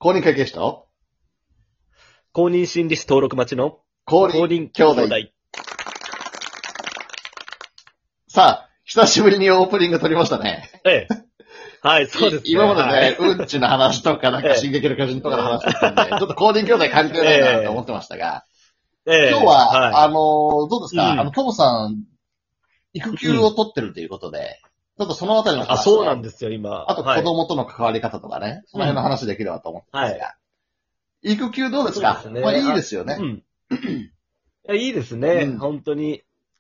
公認会計士と公認心理師登録待ちの公認兄弟。さあ、久しぶりにオープニング撮りましたね。 ええ。はい、そうですね。 今までね、 はい、 うんちの話とか、なんか進撃の巨人とかの話だったんで、ちょっと公認兄弟関係ないなって思ってましたが、 ええ、 今日は、 はい、 どうですか、 うん、 トモさん、育休を取ってるということで、ちょっとそのあたりのあ、 話と、 そうなんですよ、今。 あと子はい。 供との関わり方とかね、その辺の話できればと思ってまはい。 すが、育休どうですか？ そうですね。 まあいいですよね。 うん。いや、いいですね。 うん。 本当に、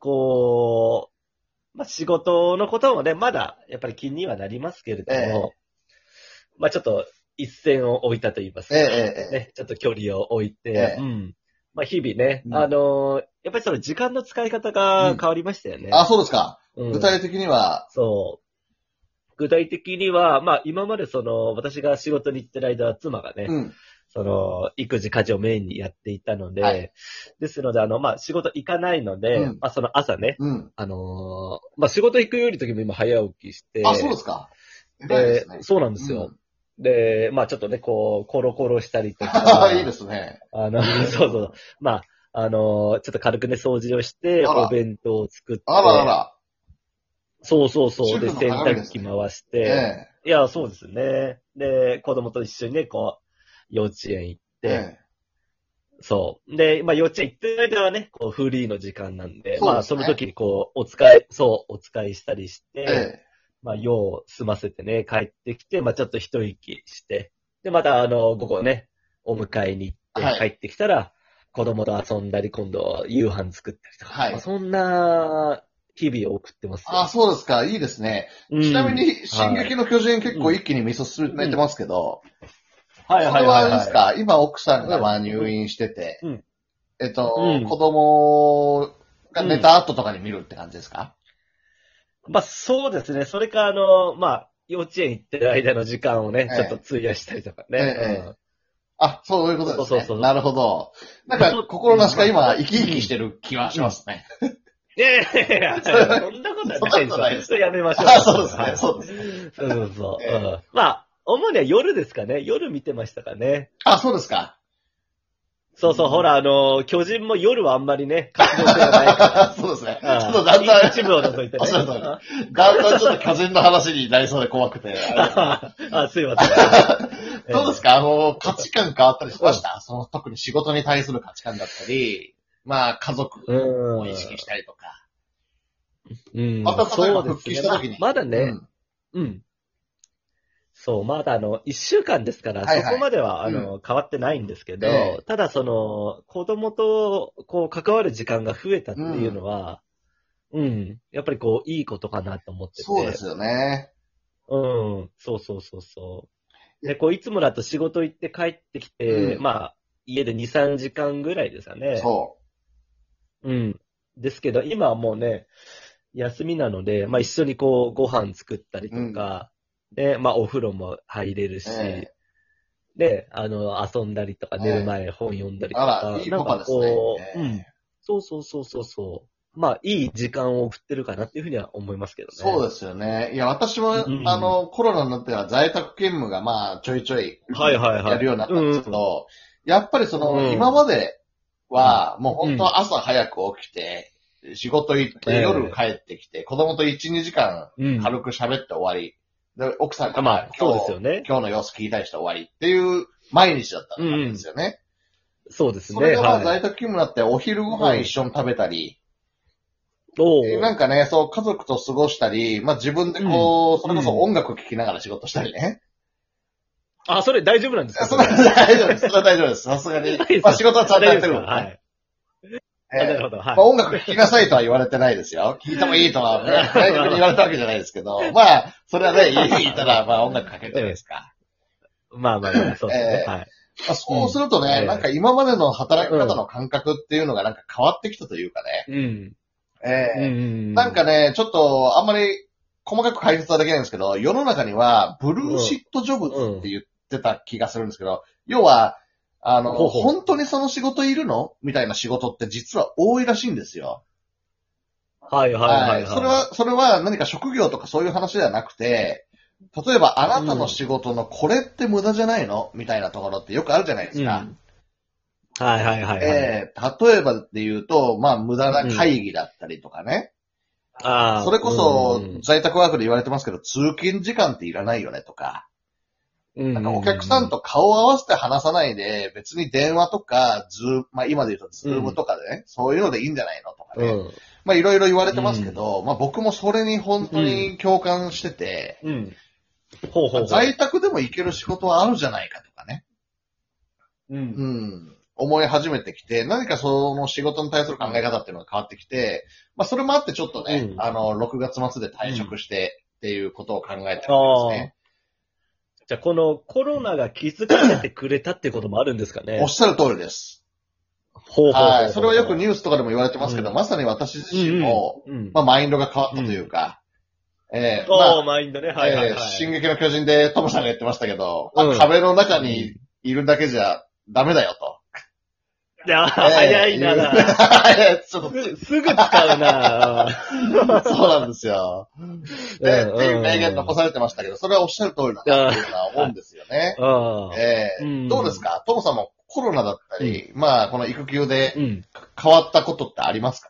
まあ、仕事のこともね、まだ、やっぱり気にはなりますけれええ、 ども、まあ、ちょっと、一線を置いたと言いますええ、 か、 えね、ちょっと距離を置いえ、えて、 え、 まあ、日々ね、 うん。 やっぱりその時間の使い方うん。 が変わりましたよあ、 ね。 そうですか。 うん。 具体的には、 そう。具体的には、まあ今まで私が仕事に行ってる間は妻がね、 うん。 育児家事をメインにやっていたのはい。 で、ですので、まあ仕事行かないので、 うん。 まあその朝ね、 うん。 まあ仕事行くより時も今早起きしあ、そうでて、 すか。偉いですで、 ね。 そうなんですよ。 うん。 で、まあちょっとね、コロコロしたりといいでか、 すね。 そうそう、まあ、ちょっと軽くね、掃除をして、おあら、 弁当を作っあらあて、 ら、 そうそうそう。で、 主婦の洗濯鏡ですね。 機回しえて、 え、 いや、そうですね。で、子供と一緒にね、幼稚園行って、 ええ、 そう。で、まあ、幼稚園行ってる間はね、フリーの時間なんで、まあ、 そうですね。 その時にお使いしたりして、 ええ、 まあ、用を済ませてね、帰ってきて、まあ、ちょっと一息して、で、また、午後ね、お迎えに行って帰っはい。 てきたら、子供と遊んだり、今度、夕飯作ったりとか、まあ、 はい。 そんな日々を送ってますあ、 よ。 そうですか。いいですね。ちなみうん。 に、進はい。 撃の巨人結構うん。 一気に見進めうん。 てますけど、 はいはいそれはあれですはいはい。 か？今奥さんがうん。 まあ入院してて、 うん。 子うん。 供が寝うん。 た後とかに見るって感じですか？ まあ、そうですね。それか、まあ、幼稚園行ってる間の時間をね、ちょっとえ費やしたりとかえ、ええ、 ね。うええ。 ん。 あ、そういうことそうですね。 そうそう。 なるほど。なんか、 まあそう、 心なしか今、生き生きしうん。 てる気はしうん。 ますね。 いやいやいやいや、そんなことはそんなこないでしょ。 とないですか？ それやめましょうあ、 よ、それは。 そうですね。 はい。 そうですね。 そうそうそう。うええ。 ん。まあ、主には夜ですかね。夜見てましたかね。 あ、そうですか。 そうそう、ほら、巨人も夜はあんまりね、活動性がないから。 そうですね。ちょっとああ、 だんだん、 一部を除いてね。 おっしゃる通り。だんだんちょっと巨人の話になりそうで怖くて、あれですけど。 すいません。はい。 どうですか価値観変わったりしましうんた？特に仕事に対する価値観だったり、まあ、家族うを意識しん。 たりとか。 うん、 また、例えば復そうですね。まあ、 帰した時に。 まだね、 うん。 うん。そう、まだ一週間ですから、そはいはい。 こまでは、 うん。 変わってないんですけえど、 え。 ただ子供と、関わる時間が増えたっていううん。 のは、やっぱりいいことかなと思ってて、 そうですよね。 そうそうそうそう。 えで、いつもだと仕事行って帰ってきて、 うん。 まあ、家で2、3時間ぐらいですかね。 そうん。ですけど、今はもうね、休みなので、 う。うまあ一ん。 緒にご飯作ったりうん。 とか、で、まあお風呂も入れるえし、 え。 で、遊んだりとか、寝るええ。 前本読んだりあら、 とか、 いいパなんかパですね。 そうそうそうそうそう。まあいい時間を送ってるかなっていうふうには思いますけどね。 そうですよね。いや、私も、 うん。 コロナになってから在宅勤務が、まあ、ちょいちょいはいはいはい。 やるようになったんですうん。 けど、やっぱりう今ん。 までうん。 は、もう本当うん。 は朝早く起きて、仕事行って夜ええ帰ってきて、子供と1、2時間うん。 軽く喋って終わり。で、奥さんかあ、まらあ、そうですよね。 今日の様子聞いたりして終わりっていう毎日だったわけでうん。 すよね。 そうですね。 それがまあはい。 在宅勤務になってお昼ご飯一うん。 緒に食べたり、 おー。 なんかね、そう、家族と過ごしたり、まあ自分でうん。 それこそうん。 音楽聴きながら仕事したりね。 あ、それ大丈夫なんですか、 それはそれ。 大丈夫です。それは大丈夫です。さすがに。 大丈夫ですか？ まあ仕事はちゃんとやっ大丈夫ですか？ てるんでね。 はい。あ、なるほど。はい。 まあ音楽聴きなさいとは言われてないですよ。聴いてもいいとは、ね、明確に言われたわけじゃないですけど、まあ、それはね、家にいたら、まあ音楽かけるじゃないですか。 まあまあまあ、そうですね。 ええはい。 まあ、そうするとね、なんかえ今までの働き方うん。 の感覚っていうのがなんか変わってきたというかね。 うん。 ええなんかうん。 ね、ちょっとあんまり細かく解説はできないんですけど、世の中にはブルーうん。 シットジョブズうん。 って言ってた気がするんですけど、要は、 ほうほ本当にその仕事いるのみたいな仕事って実は多いらしいんですよ。 う。はいはいははい。 いはい。 それは何か職業とかそういう話ではなくて、 例えばあなたの仕事のこれって無駄じゃないのみたいなところってよくあるじゃないですか。 はいはいはい、はい。 例えばで言うと、まあ無駄な会議だったりとかね。それこそ、在宅ワークで言われてますけど、通勤時間っていらないよねとか。なんかお客さんと顔を合わせて話さないで、別に電話とか、まあ今で言うとズームとかでね、そういうのでいいんじゃないのとかね。まあいろいろ言われてますけど、まあ僕もそれに本当に共感してて、在宅でも行ける仕事はあるじゃないかとかね。思い始めてきて、何かその仕事に対する考え方っていうのが変わってきて、まあそれもあってちょっとね、6月末で退職してっていうことを考えてるんですね。 じゃあこのコロナが気づかせてくれたっていうこともあるんですかね。 おっしゃる通りです。はい。それはよくニュースとかでも言われてますけど、まさに私自身も、まあマインドが変わったというか、 マインドね、はいはいはい。 進撃の巨人でトムさんが言ってましたけど、壁の中にいるだけじゃダメだよと。 いや、早いな。 ちょっとすぐ使うな。 そうなんですよ。っていう名言残されてましたけど、それはおっしゃる通りだなっていうのは思うんですよね。どうですか？トムさんもコロナだったり、まあ、この育休で変わったことってありますか？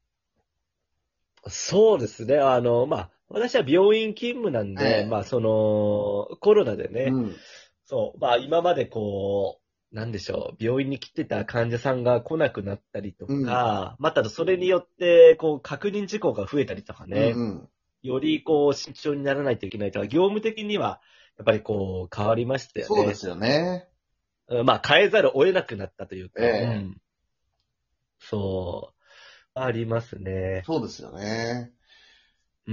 そうですね。まあ、私は病院勤務なんで、まあ、コロナでね、まあ、今までなんでしょう、病院に来てた患者さんが来なくなったりとか、またそれによって、確認事項が増えたりとかね、より慎重にならないといけないとか、業務的には、やっぱり変わりましたよね。 そうですよね。 まあ、変えざるを得なくなったというか、ありますね。 そうですよね。 うん。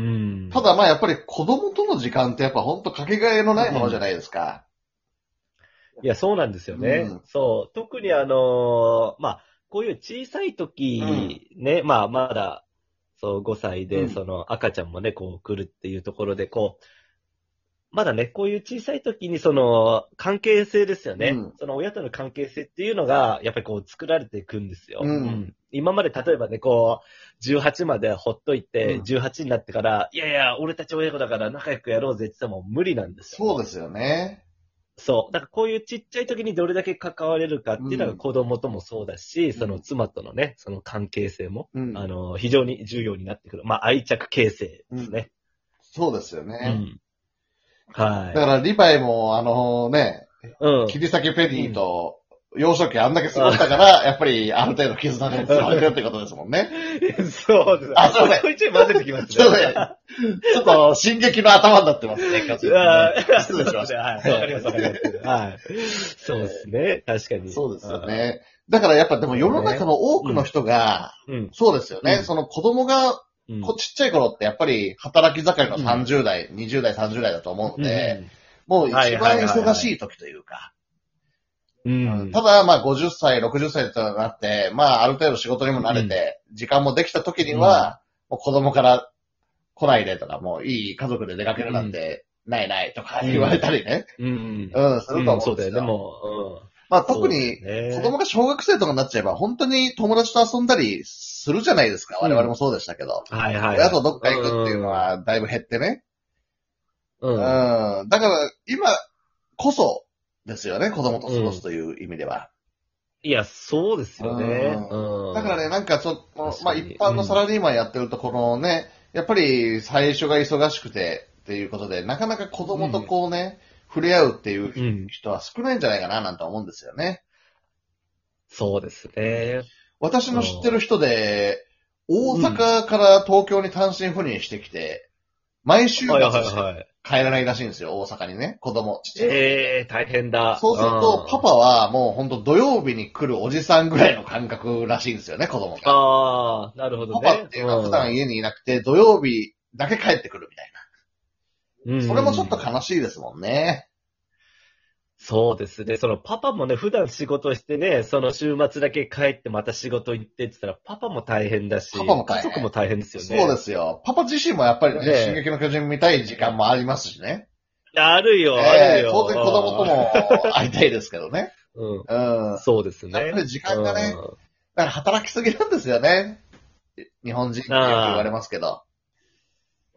ただまあやっぱり子供との時間ってやっぱほんとかけがえのないものじゃないですか。 いや、そうなんですよね。特にまあ、こういう小さい時、ね、まあ、まだ、5歳で、赤ちゃんもね、来るっていうところで、まだね、こういう小さい時に関係性ですよね。親との関係性っていうのが、やっぱり作られていくんですよ。今まで例えばね、18までほっといて、18になってから、いやいや、俺たち親子だから仲良くやろうぜって言っても無理なんですよ。 そうですよね。 だからこういうちっちゃい時にどれだけ関われるかっていうのが子供ともそうだし、妻とのね、関係性も、非常に重要になってくる。まあ、愛着形成ですね。 そうですよね。 はい。 だからリヴァイも切り裂きペニーと幼少期あんだけ過ごしたから、やっぱりある程度絆で繋がれるってことですもんね。 そうです。あ、そうね。こいつ混ぜてきますね。 そうね。ちょっと進撃の頭になってますね、失礼しました。 はい。わかります、わかります。はい。そうですね。確かに。 そうですよね。だからやっぱでも世の中の多くの人が、そうですよね。その子供が、ちっちゃい頃ってやっぱり働き盛りの30代、20代、30代だと思うので、もう一番忙しい時というか。ただ、まあ50歳、60歳となって、まあある程度仕事にも慣れて、時間もできた時には、もう子供から来ないでとか、もういい家族で出かけるなんて、ないないとか言われたりね。すると思うんですよ。 そうだよね、もう。 まあ特に子供が小学生とかになっちゃえば本当に友達と遊んだりするじゃないですか。我々もそうでしたけど。親とどっか行くっていうのはだいぶ減ってね。だから今こそですよね。子供と過ごすという意味では。 いや、そうですよね。 だからね、なんかちょっと、まあ一般のサラリーマンやってるとこのね、やっぱり最初が忙しくてっていうことで、なかなか子供と触れ合うっていう人は少ないんじゃないかななんて思うんですよね。 そうですね。 私の知ってる人で、大阪から東京に単身赴任してきて、毎週末しか帰らないらしいんですよ、大阪にね、子供。 大変だ。 そうすると、パパはもうほんと土曜日に来るおじさんぐらいの感覚らしいんですよね、子供が。 ああ、なるほどね。 パパっていうのは普段家にいなくて、土曜日だけ帰ってくるみたいな。それもちょっと悲しいですもんね。 そうですね。パパもね、普段仕事してね、週末だけ帰ってまた仕事行ってって言ったら、パパも大変だし、家族も大変ですよね。 そうですよ。パパ自身もやっぱりね、進撃の巨人見たい時間もありますしね。 あるよ。 当然子供とも会いたいですけどね。 そうですね。 やっぱり時間がね、だから働きすぎなんですよね。日本人ってよく言われますけど。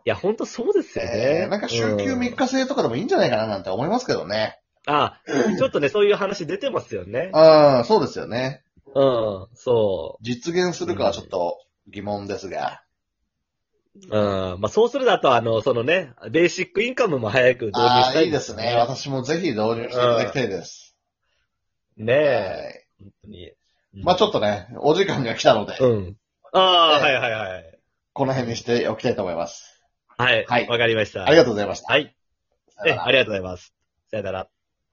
や、ほんとそうですよね。 なんか週休3日制とかでもいいんじゃないかななんて思いますけどね。 ちょっとね、そういう話出てますよね。 そうですよね。 そう。 実現するかはちょっと疑問ですが。 まあ、そうするだと、そのね、ベーシックインカムも早く導入したいいいですね。私もぜひ導入していただきたいです。 ねえ。本当に。 まあちょっとね、お時間が来たので。 はい。 この辺にしておきたいと思います。 はい。わかりました。 ありがとうございました。 はい。ありがとうございます。さよなら。